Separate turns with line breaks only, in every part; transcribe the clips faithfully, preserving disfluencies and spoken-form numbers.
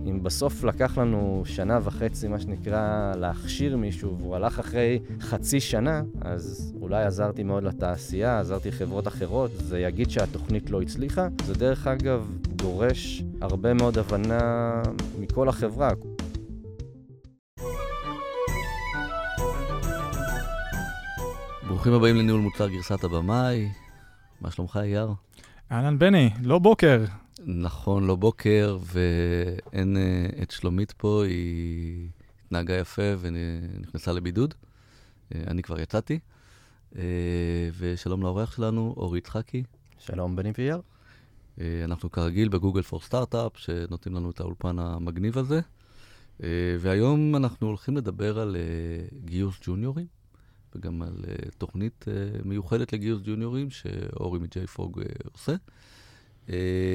אם בסוף לקח לנו שנה וחצי, מה שנקרא, להכשיר מישהו, והוא הלך אחרי חצי שנה, אז אולי עזרתי מאוד לתעשייה, עזרתי חברות אחרות, זה יגיד שהתוכנית לא הצליחה. זה דרך אגב דורש הרבה מאוד הבנה מכל החברה.
ברוכים הבאים לניהול מוצר גרסת הבמאי. מה שלומך, אייר?
אהלן בני, לא בוקר.
נכון, לא בוקר, ואין uh, את שלומית פה, היא התנהגה יפה ונכנסה לבידוד. Uh, אני כבר יצאתי. Uh, ושלום לאורח שלנו, אורי יצחקי.
שלום בני וייר.
Uh, אנחנו כרגיל בגוגל פור סטארט-אפ, שנותנים לנו את האולפן המגניב הזה. Uh, והיום אנחנו הולכים לדבר על uh, גיוס ג'וניורים. וגם על uh, תוכנית uh, מיוחדת לגיוס ג'וניורים שאורי מג'ייפרוג uh, עושה. Uh,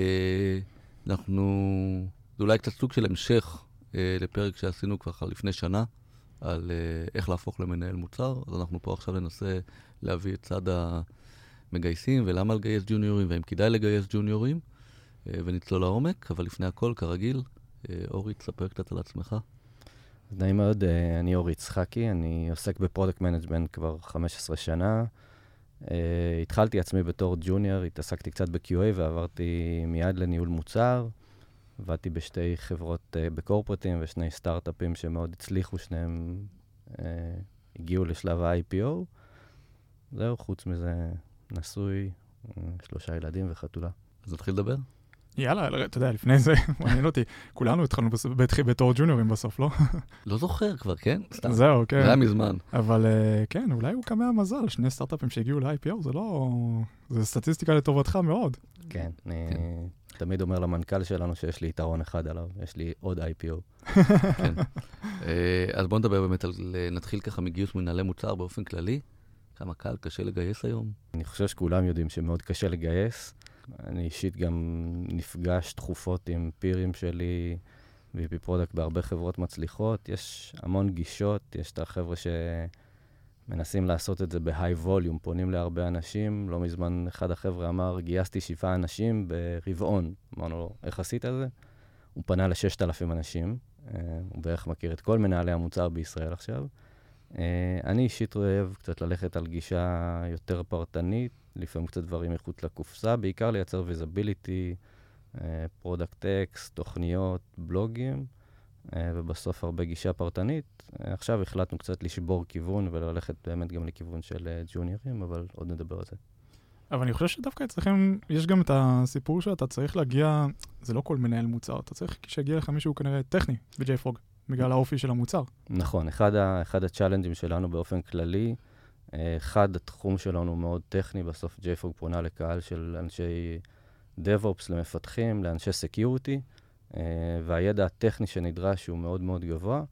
אנחנו, זה אולי קצת סוג של המשך uh, לפרק שעשינו כבר לפני שנה, על uh, איך להפוך למנהל מוצר. אז אנחנו פה עכשיו ננסה להביא את צד המגייסים ולמה לגייס ג'וניורים, והאם כדאי לגייס ג'וניורים, uh, ונצלול לעומק. אבל לפני הכל, כרגיל, uh, אורי, תספר קצת על עצמך.
נעים מאוד, אני אורי יצחקי, אני עוסק בפרודקט מנג'מנט כבר חמש עשרה שנה. Uh, התחלתי עצמי בתור ג'וניור, התעסקתי קצת ב-קיו איי ועברתי מיד לניהול מוצר. עבדתי בשתי חברות uh, בקורפרטים ושני סטארט-אפים שמאוד הצליחו, שניהם uh, הגיעו לשלב ה-איי פי או. זהו, חוץ מזה נשוי, uh, שלושה ילדים וחתולה.
אז נתחיל לדבר?
יאללה, אתה יודע, לפני זה, מעניין אותי, כולנו התחלנו בתור ג'וניורים בסוף, לא?
לא זוכר כבר, כן? סתם.
זהו, כן.
זה היה מזמן.
אבל כן, אולי הוא קמה המזל, שני סטארט-אפים שהגיעו ל-איי פי או, זה לא... זה סטטיסטיקה לטובתך מאוד.
כן, אני תמיד אומר למנכ"ל שלנו שיש לי יתרון אחד עליו, יש לי עוד איי פי או.
כן. אז בואו נדבר באמת על... נתחיל ככה מגיוס מנהלי מוצר באופן כללי. כמה קל, קשה לגייס היום?
אני חושב שכולם יודעים שמאוד קשה לגייס. אני אישית גם נפגש תכופות עם פירים שלי, וי פי פרודקט בהרבה חברות מצליחות. יש המון גישות, יש את החבר'ה שמנסים לעשות את זה בהיי ווליום, פונים להרבה אנשים. לא מזמן אחד החבר'ה אמר, גייסתי שבעה אנשים ברבעון. אמרנו לו, איך עשית את זה? הוא פנה ל-ששת אלפים אנשים, הוא בערך מכיר את כל מנהלי המוצר בישראל עכשיו. אני אישית אוהב קצת ללכת על גישה יותר פרטנית, לפעמים קצת דברים מחוץ לקופסה, בעיקר לייצר ויזביליטי, פרודקט טקסט, תוכניות, בלוגים, ובסוף הרבה גישה פרטנית. עכשיו החלטנו קצת לשבור כיוון וללכת באמת גם לכיוון של ג'וניורים, אבל עוד נדבר על זה.
אבל אני חושב שדווקא אצלכם יש גם את הסיפור שאתה צריך להגיע, זה לא כל מנהל מוצר, אתה צריך שיגיע לך מישהו כנראה טכני בג'ייפרוג, בגלל האופי של המוצר.
נכון, אחד, ה, אחד הצ'אלנג'ים שלנו באופן כללי, אחד התחום שלנו הוא מאוד טכני, בסוף ג'ייפרוג פונה לקהל של אנשי DevOps למפתחים, לאנשי סקיוריטי, והידע הטכני שנדרש הוא מאוד מאוד גבוה.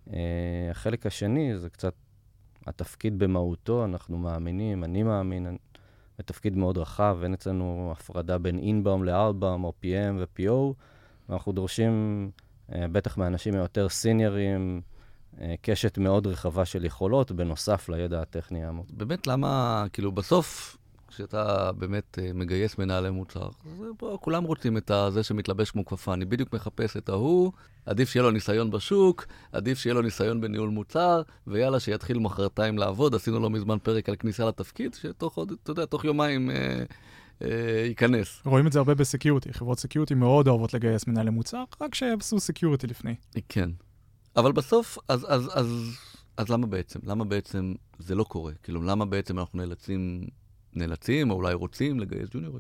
החלק השני זה קצת התפקיד במהותו, אנחנו מאמינים, אני מאמין, בתפקיד מאוד רחב, אין אצלנו הפרדה בין אינבאום לאאוטבאום או פי אם ו-פי או, ואנחנו דורשים בטח מאנשים יותר סיניורים, קשת מאוד רחבה של יכולות, בנוסף לידע הטכני העמוק.
באמת, למה, כאילו, בסוף, כשאתה באמת מגייס מנהלי מוצר, אז פה כולם רוצים את זה שמתלבש כמו כפפה. אני בדיוק מחפש את ההוא, עדיף שיהיה לו ניסיון בשוק, עדיף שיהיה לו ניסיון בניהול מוצר, ויאללה, שיתחיל מחרתיים לעבוד. עשינו לו מזמן פרק על כניסה לתפקיד, שתוך עוד, אתה יודע, תוך יומיים אה, אה, ייכנס.
רואים את זה הרבה בסקיוריטי. חברות סקיוריטי מאוד אוהבות לגייס מנהלי מוצר, רק שיעשו סקיוריטי לפני.
כן. אבל בסוף, אז, אז, אז, אז למה בעצם? למה בעצם זה לא קורה? כאילו, למה בעצם אנחנו נאלצים, נאלצים, או אולי רוצים לגייס ג'וניורים?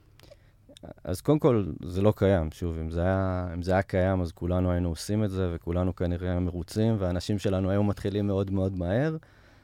אז קודם כל, זה לא קיים. שוב, אם זה היה, אם זה היה קיים, אז כולנו היינו עושים את זה, וכולנו כנראה מרוצים, והאנשים שלנו היום מתחילים מאוד מאוד מהר.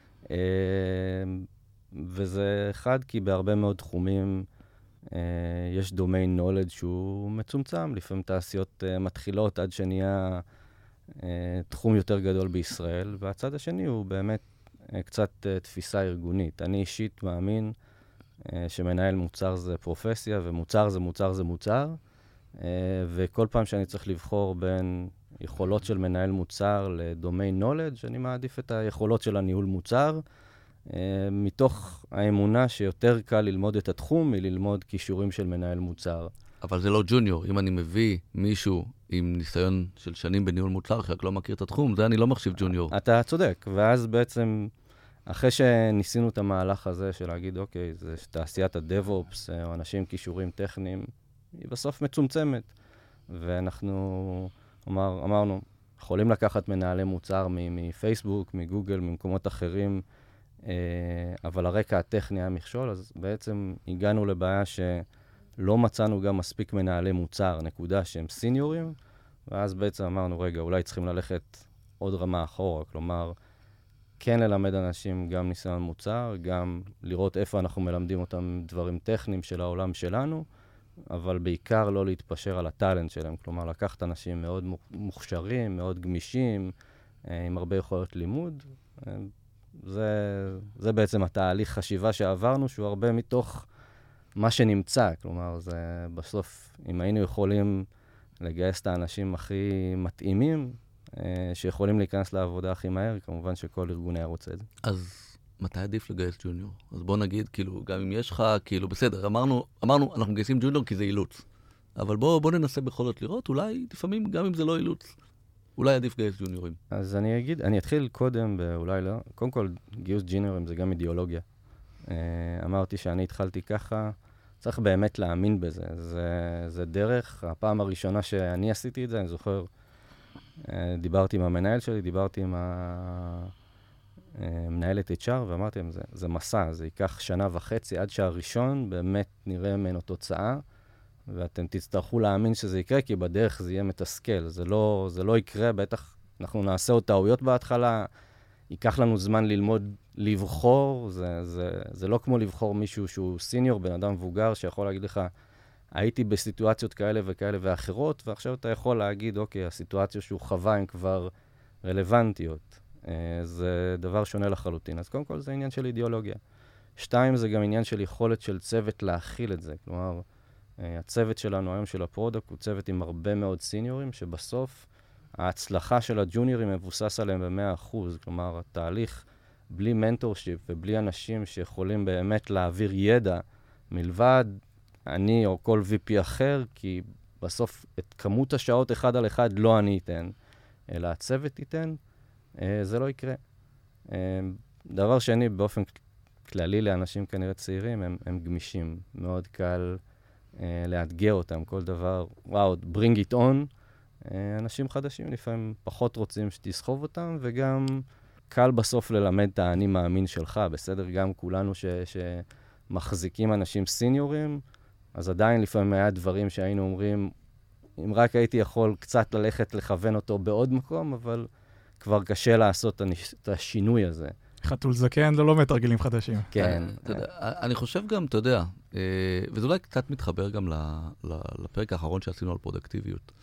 וזה אחד, כי בהרבה מאוד תחומים יש domain knowledge שהוא מצומצם. לפעמים תעשיות מתחילות עד שנהיה תחום יותר גדול בישראל, והצד השני הוא באמת קצת תפיסה ארגונית. אני אישית מאמין שמנהל מוצר זה פרופסיה, ומוצר זה מוצר זה מוצר, וכל פעם שאני צריך לבחור בין יכולות של מנהל מוצר לדומיין knowledge, אני מעדיף את היכולות של הניהול מוצר, מתוך האמונה שיותר קל ללמוד את התחום מללמוד כישורים של מנהל מוצר.
אבל זה לא ג'וניור. אם אני מביא מישהו עם ניסיון של שנים בניהול מוצר, שרק לא מכיר את התחום, זה אני לא מחשיב ג'וניור.
אתה צודק, ואז בעצם, אחרי שניסינו את המהלך הזה של להגיד, אוקיי, זה תעשיית הדב-אופס, או אנשים כישורים טכניים, היא בסוף מצומצמת. ואנחנו אמר, אמרנו, יכולים לקחת מנהלי מוצר מפייסבוק, מגוגל, ממקומות אחרים, אבל הרקע הטכני היה מכשול, אז בעצם הגענו לבעיה שלא מצאנו גם מספיק מנהלי מוצר, נקודה שהם סיניורים, ואז בעצם אמרנו, רגע, אולי צריכים ללכת עוד רמה אחורה, כלומר, כן ללמד אנשים גם ניסיון מוצר, גם לראות איפה אנחנו מלמדים אותם דברים טכניים של העולם שלנו, אבל בעיקר לא להתפשר על הטלנט שלהם, כלומר, לקחת אנשים מאוד מוכשרים, מאוד גמישים, עם הרבה יכולות לימוד. זה, זה בעצם התהליך חשיבה שעברנו, שהוא הרבה מתוך מה שנמצא. כלומר, זה בסוף, אם היינו יכולים לגייס את האנשים הכי מתאימים, שיכולים להיכנס לעבודה הכי מהר, כמובן שכל ארגון היה רוצה את זה.
אז מתי עדיף לגייס ג'וניור? אז בוא נגיד, כאילו, גם אם יש לך, כאילו, בסדר, אמרנו, אמרנו, אנחנו מגייסים ג'וניור כי זה אילוץ. אבל בוא, בוא ננסה בכל זאת לראות, אולי, לפעמים, גם אם זה לא אילוץ, אולי עדיף לגייס ג'וניורים.
אז אני אגיד, אני אתחיל קודם, אולי לא, קודם כל, גיוס ג'וניורים זה גם אידיאולוגיה. אמרתי שאני התחלתי ככה, צריך באמת להאמין בזה. זה, זה דרך, הפעם הראשונה שאני עשיתי את זה, אני זוכר, דיברתי עם המנהל שלי, דיברתי עם המנהלת אייץ' אר, ואמרתי להם, זה, זה מסע, זה ייקח שנה וחצי עד שהראשון באמת נראה ממנו תוצאה, ואתם תצטרכו להאמין שזה יקרה, כי בדרך זה יהיה מתסכל. זה לא, זה לא יקרה, בטח אנחנו נעשה עוד טעויות בהתחלה, ייקח לנו זמן ללמוד לבחור, זה, זה, זה לא כמו לבחור מישהו שהוא סיניור, בן אדם מבוגר, שיכול להגיד לך, הייתי בסיטואציות כאלה וכאלה ואחרות, ועכשיו אתה יכול להגיד, אוקיי, הסיטואציה שהוא חווה הן כבר רלוונטיות. זה דבר שונה לחלוטין. אז קודם כל זה עניין של אידיאולוגיה. שתיים, זה גם עניין של יכולת של צוות להכיל את זה. כלומר, הצוות שלנו היום של הפרודקט הוא צוות עם הרבה מאוד סיניורים, שבסוף ההצלחה של הג'וניורים מבוסס עליהם ב-מאה אחוז. כלומר, התהליך בלי מנטורשיפ ובלי אנשים שיכולים באמת להעביר ידע מלבד אני או כל וי פי אחר, כי בסוף את כמות השעות אחד על אחד לא אני אתן, אלא הצוות ייתן, זה לא יקרה. דבר שני, באופן כללי לאנשים כנראה צעירים, הם, הם גמישים. מאוד קל לאתגר אותם, כל דבר, וואו, bring it on. אנשים חדשים לפעמים פחות רוצים שתסחוב אותם, וגם קל בסוף ללמד את האני מאמין שלך, בסדר? גם כולנו ש, שמחזיקים אנשים סיניורים, אז עדיין לפעמים היה דברים שהיינו אומרים, אם רק הייתי יכול קצת ללכת לכוון אותו בעוד מקום, אבל כבר קשה לעשות את השינוי הזה.
חתול זקן, זה לא מתרגלים חדשים.
כן.
אני חושב גם, אתה יודע, וזה אולי קצת מתחבר גם לפרק האחרון שעשינו על פרודקטיביות.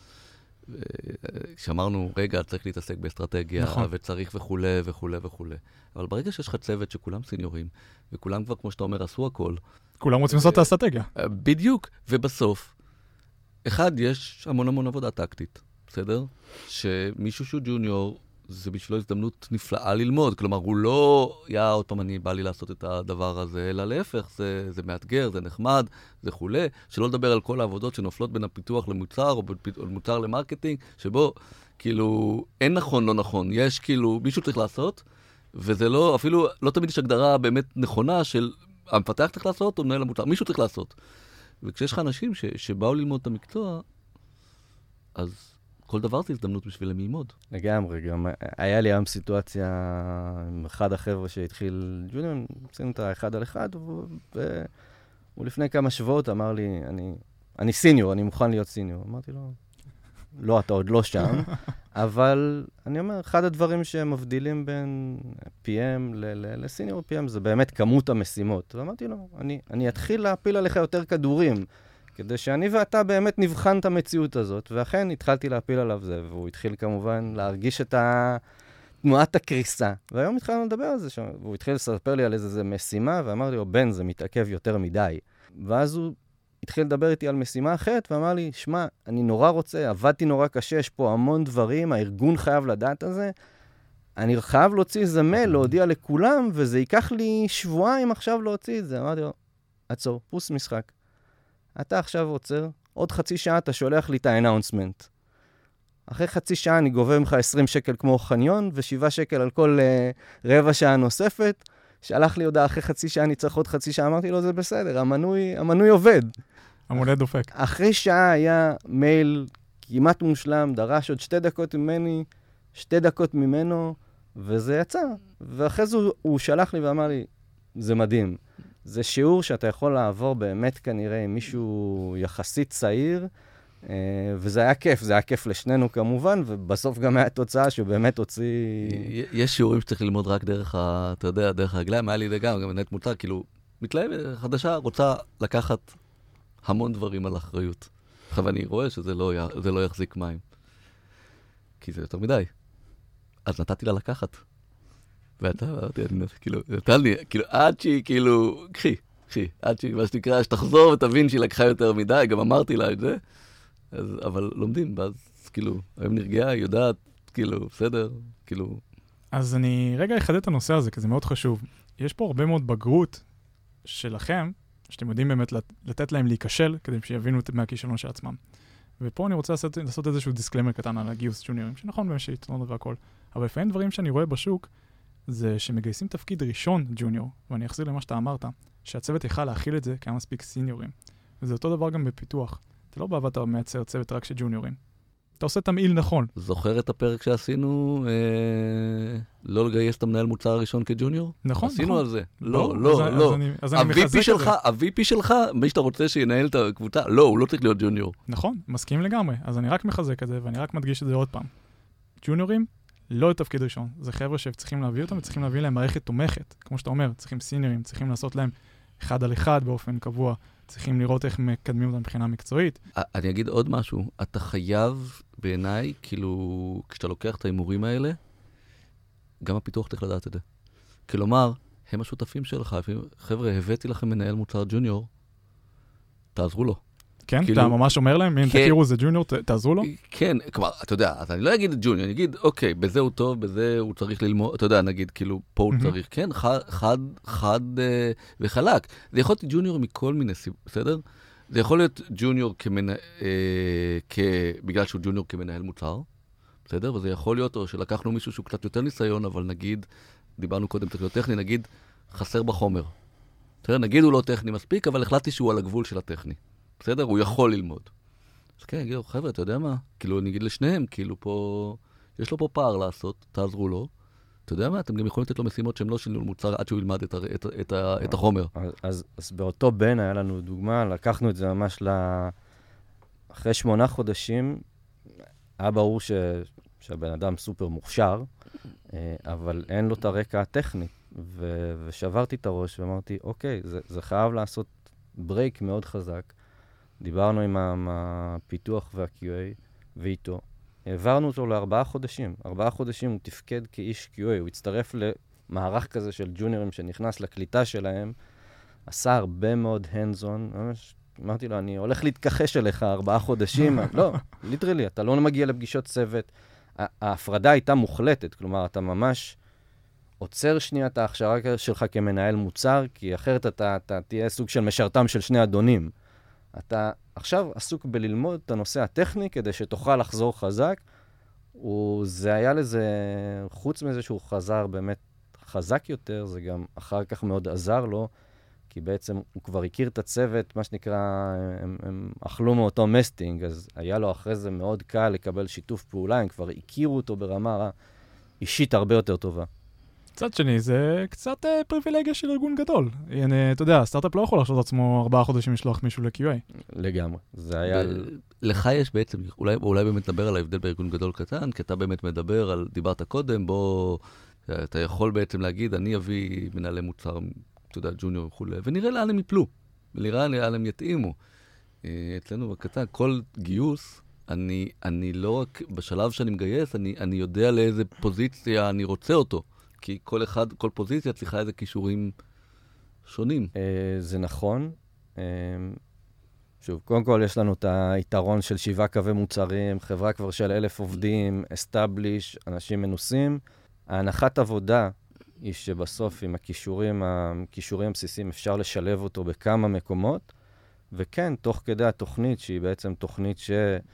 שאמרנו, רגע, צריך להתעסק באסטרטגיה, וצריך וכו' וכו' וכו'. אבל ברגע שיש לך צוות שכולם סיניורים, וכולם כבר, כמו שאתה אומר, עשו הכל,
כולם רוצים לעשות את האסטרטגיה.
בדיוק, ובסוף, אחד, יש המון המון עבודה טקטית, בסדר? שמישהו שהוא ג'וניור, זה בשבילו הזדמנות נפלאה ללמוד. כלומר, הוא לא, יא, עוד פעם אני בא לי לעשות את הדבר הזה, אלא להפך, זה, זה מאתגר, זה נחמד, זה חולה. שלא לדבר על כל העבודות שנופלות בין הפיתוח למוצר, או מוצר למרקטינג, שבו, כאילו, אין נכון, לא נכון. יש, כאילו, מישהו צריך לעשות, וזה לא, אפילו, לא תמיד יש הגדרה באמת נכונה של המפתח צריך לעשות, או מנהל המוצר. מישהו צריך לעשות. וכשיש לך אנשים ש, שבאו ללמוד את המקצוע, אז כל דבר זה הזדמנות בשביל ללמוד.
לגמרי, גם היה לי היום סיטואציה עם אחד החבר'ה שהתחיל ג'וניור, עשינו את האחד על אחד, והוא לפני כמה שבועות אמר לי, אני, אני סיניור, אני מוכן להיות סיניור. אמרתי לו, לא, אתה עוד לא שם, אבל אני אומר, אחד הדברים שמבדילים בין פי אם לסיניור פי אם זה באמת כמות המשימות. ואמרתי לו, אני, אני אתחיל להפיל עליך יותר כדורים, כדי שאני ואתה באמת נבחן את המציאות הזאת, ואכן התחלתי להפיל עליו זה, והוא התחיל כמובן להרגיש את תנועת הקריסה. והיום התחלנו לדבר על זה, והוא התחיל לספר לי על איזה משימה, ואמר לי, או בן, זה מתעכב יותר מדי. ואז הוא התחיל לדבר איתי על משימה אחרת, ואמר לי, שמע, אני נורא רוצה, עבדתי נורא קשה, יש פה המון דברים, הארגון חייב לדעת על זה, אני חייב להוציא איזה מייל, להודיע לכולם, וזה ייקח לי שבועיים עכשיו להוציא את זה. אמרתי לו, עצור, פוס משחק. אתה עכשיו עוצר, עוד חצי שעה אתה שולח לי את האנאונסמנט. אחרי חצי שעה אני גובה ממך עשרים שקל כמו חניון, ושבעה שקל על כל uh, רבע שעה נוספת. שלח לי הודעה אחרי חצי שעה, אני צריך עוד חצי שעה, אמרתי לו, זה בסדר, המנוי, המנוי עובד.
המונה דופק.
אחרי שעה היה מייל כמעט מושלם, דרש עוד שתי דקות ממני, שתי דקות ממנו, וזה יצא. ואחרי זה הוא, הוא שלח לי ואמר לי, זה מדהים. זה שיעור שאתה יכול לעבור באמת כנראה עם מישהו יחסית צעיר, וזה היה כיף, זה היה כיף לשנינו כמובן, ובסוף גם היה תוצאה שהוא באמת הוציא...
יש שיעורים שצריך ללמוד רק דרך, אתה יודע, דרך הרגליים, היה לי זה גם, גם מנהלת מוצר, כאילו, מתלהב, חדשה, רוצה לקחת המון דברים על אחריות. עכשיו אני רואה שזה לא, זה לא יחזיק מים. כי זה יותר מדי. אז נתתי לה לקחת. ואתה, אמרתי, אני נתתי, כאילו, נתן לי, כאילו, עד שהיא, כאילו, קחי, קחי, עד שהיא, מה שתקרא, שתחזור ותבין שהיא לקחה יותר מדי, גם אמרתי לה את זה. אז, אבל לומדים, ואז, כאילו, היום נרגעה, היא יודעת, כאילו, בסדר, כאילו...
אז אני רגע אחדד את הנושא הזה, כי זה מאוד חשוב. יש פה הרבה מאוד בגרות שלכם, שאתם יודעים באמת לתת להם להיכשל, כדי שיבינו מהכישלון של עצמם. ופה אני רוצה לעשות, לעשות איזשהו דיסקלמר קטן על הגיוס ג'וניורים, שנכון באמת שיתרונות והכל. אבל לפעמים דברים שאני רואה בשוק, זה שמגייסים תפקיד ראשון ג'וניור, ואני אחזיר למה שאתה אמרת, שהצוות יכל להכיל את זה כמה מספיק סיניורים. וזה אותו דבר גם בפיתוח. אתה לא בא ואתה מייצר צוות רק של ג'וניורים. אתה עושה תמעיל נכון.
זוכר את הפרק שעשינו, אה, לא לגייס את המנהל מוצר הראשון כג'וניור?
נכון,
עשינו
נכון.
על זה.
לא,
לא, לא,
אז,
לא.
אז אני, אז אני מחזק את
שלך,
זה.
ה-וי פי שלך, מי שאתה רוצה שינהל את הקבוצה, לא, הוא לא צריך להיות ג'וניור.
נכון, מסכים לגמרי. אז אני רק מחזק את זה, ואני רק מדגיש את זה עוד פעם. ג'וניורים, לא לתפקיד ראשון. זה חבר'ה שצריכים להביא אותם, וצריכים להביא להם מערכת תומכת. כמו שאתה אומר, צריכים סיניורים, צריכים לעשות להם אחד על אחד באופן קבוע. צריכים לראות איך מקדמים אותם מבחינה מקצועית.
אני אגיד עוד משהו. אתה חייב בעיניי, כאילו, כשאתה לוקח את ההימורים האלה, גם הפיתוח צריך לדעת את זה. כלומר, הם השותפים שלך. חבר'ה, הבאתי לכם מנהל מוצר ג'וניור, תעזרו לו.
כן? אתה ממש אומר להם, אם תכירו זה ג'וניור, תעזרו לו?
כן, כלומר, אתה יודע, אז אני לא אגיד ג'וניור, אני אגיד, אוקיי, בזה הוא טוב, בזה הוא צריך ללמוד, אתה יודע, נגיד, כאילו, פה הוא צריך, כן, חד, חד וחלק. זה יכול להיות ג'וניור מכל מיני סיבות, בסדר? זה יכול להיות ג'וניור בגלל שהוא ג'וניור כמנהל מוצר, בסדר? וזה יכול להיות, או שלקחנו מישהו שהוא קצת יותר ניסיון, אבל נגיד, דיברנו קודם, צריך להיות טכני, נגיד, חסר בחומר. בסדר? נגיד הוא לא טכני מספיק, אבל החלטתי שהוא על הגבול של הטכני. בסדר? הוא יכול ללמוד. אז כן, אגיד לו, חבר'ה, אתה יודע מה? כאילו, אני אגיד לשניהם, כאילו פה, יש לו פה פער לעשות, תעזרו לו. אתה יודע מה? אתם גם יכולים לתת לו משימות שהן לא של מוצר עד שהוא ילמד את, את, את, את החומר.
אז, אז, אז באותו בן היה לנו דוגמה, לקחנו את זה ממש ל... אחרי שמונה חודשים, היה ברור ש... שהבן אדם סופר מוכשר, אבל אין לו את הרקע הטכני. ו... ושברתי את הראש ואמרתי, אוקיי, זה, זה חייב לעשות ברייק מאוד חזק. דיברנו עם הפיתוח וה-קיו איי ואיתו. העברנו אותו לארבעה חודשים. ארבעה חודשים הוא תפקד כאיש קיו איי. הוא הצטרף למערך כזה של ג'וניורים שנכנס לקליטה שלהם. עשה הרבה מאוד hands-on. אמרתי לו, אני הולך להתכחש אליך ארבעה חודשים. לא, ליטרלי, אתה לא מגיע לפגישות צוות. ההפרדה הייתה מוחלטת. כלומר, אתה ממש עוצר שנייה את ההכשרה שלך כמנהל מוצר, כי אחרת אתה, אתה תהיה סוג של משרתם של שני אדונים. אתה עכשיו עסוק בללמוד את הנושא הטכני, כדי שתוכל לחזור חזק. וזה היה לזה, חוץ מזה שהוא חזר באמת חזק יותר, זה גם אחר כך מאוד עזר לו, כי בעצם הוא כבר הכיר את הצוות, מה שנקרא, הם, הם אכלו מאותו מסטינג, אז היה לו אחרי זה מאוד קל לקבל שיתוף פעולה, הם כבר הכירו אותו ברמה אישית הרבה יותר טובה.
מצד שני, זה קצת אה, פריבילגיה של ארגון גדול. הנה, אתה יודע, הסטארט-אפ לא יכול להרשות לעצמו ארבעה חודשים לשלוח מישהו ל-קיו איי.
לגמרי. זה היה...
לך יש בעצם, אולי, אולי באמת נדבר על ההבדל בארגון גדול קטן, כי אתה באמת מדבר על, דיברת קודם, בוא, אתה יכול בעצם להגיד, אני אביא מנהלי מוצר, אתה יודע, ג'וניור וכו', ונראה לאן הם יפלו, ונראה לאן הם יתאימו. אצלנו בקטן, כל גיוס, אני, אני לא רק, בשלב שאני מגייס, אני, אני יודע לאיזה פוזיציה אני רוצה אותו. כי כל אחד, כל פוזיציה צריכה איזה קישורים שונים.
זה נכון. שוב, קודם כל יש לנו את היתרון של שבעה קווי מוצרים, חברה כבר של אלף עובדים, אסטאבליש, אנשים מנוסים. ההנחת עבודה היא שבסוף עם הכישורים, הכישורים הבסיסיים אפשר לשלב אותו בכמה מקומות, וכן, תוך כדי התוכנית, שהיא בעצם תוכנית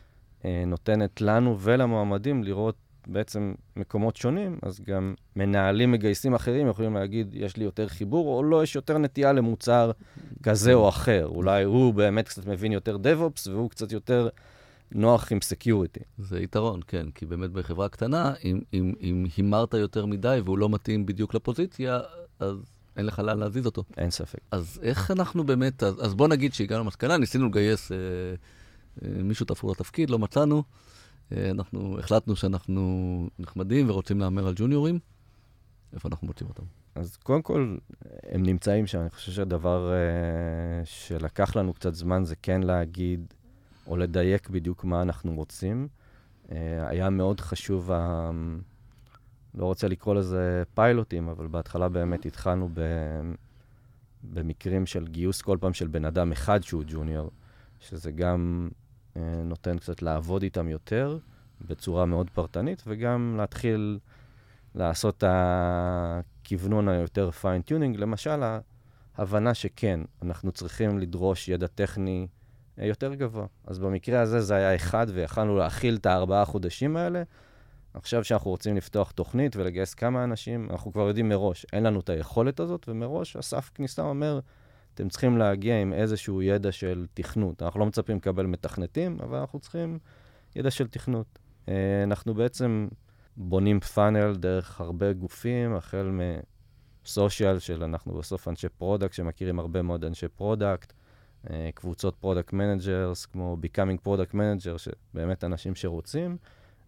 נותנת לנו ולמועמדים לראות בעצם מקומות שונים, אז גם מנהלים מגייסים אחרים יכולים להגיד, יש לי יותר חיבור, או לא, יש יותר נטייה למוצר כזה או אחר. אולי הוא באמת קצת מבין יותר DevOps, והוא קצת יותר נוח עם Security.
זה יתרון, כן, כי באמת בחברה קטנה, אם, אם, אם הימרת יותר מדי והוא לא מתאים בדיוק לפוזיציה, אז אין לך לאן להזיז אותו.
אין ספק.
אז איך אנחנו באמת, אז, אז בוא נגיד שהגענו למסקנה, ניסינו לגייס אה, אה, מישהו תפור לתפקיד, לא מצאנו, אה, אנחנו החלטנו שאנחנו נחמדים ורוצים לאמר על ג'וניורים, איפה אנחנו מוצאים אותם?
אז קודם כל, הם נמצאים שם. אני חושב שהדבר אה, שלקח לנו קצת זמן זה כן להגיד, או לדייק בדיוק מה אנחנו רוצים. אה, היה מאוד חשוב, ה... לא רוצה לקרוא לזה פיילוטים, אבל בהתחלה באמת התחלנו ב... במקרים של גיוס כל פעם של בן אדם אחד שהוא ג'וניור, שזה גם אה, נותן קצת לעבוד איתם יותר, בצורה מאוד פרטנית, וגם להתחיל לעשות את הכיוונון היותר פיין-טיונינג. למשל, ההבנה שכן, אנחנו צריכים לדרוש ידע טכני יותר גבוה. אז במקרה הזה זה היה אחד, ויכלנו להכיל את הארבעה חודשים האלה. עכשיו שאנחנו רוצים לפתוח תוכנית ולגייס כמה אנשים, אנחנו כבר יודעים מראש, אין לנו את היכולת הזאת, ומראש הסף כניסה אומר, אתם צריכים להגיע עם איזשהו ידע של תכנות. אנחנו לא מצפים לקבל מתכנתים, אבל אנחנו צריכים ידע של תכנות. אנחנו בעצם בונים פאנל דרך הרבה גופים, החל מסושיאל של אנחנו בסוף אנשי פרודקט, שמכירים הרבה מאוד אנשי פרודקט, קבוצות פרודקט מנג'רס, כמו Becoming Product Manager, שבאמת אנשים שרוצים,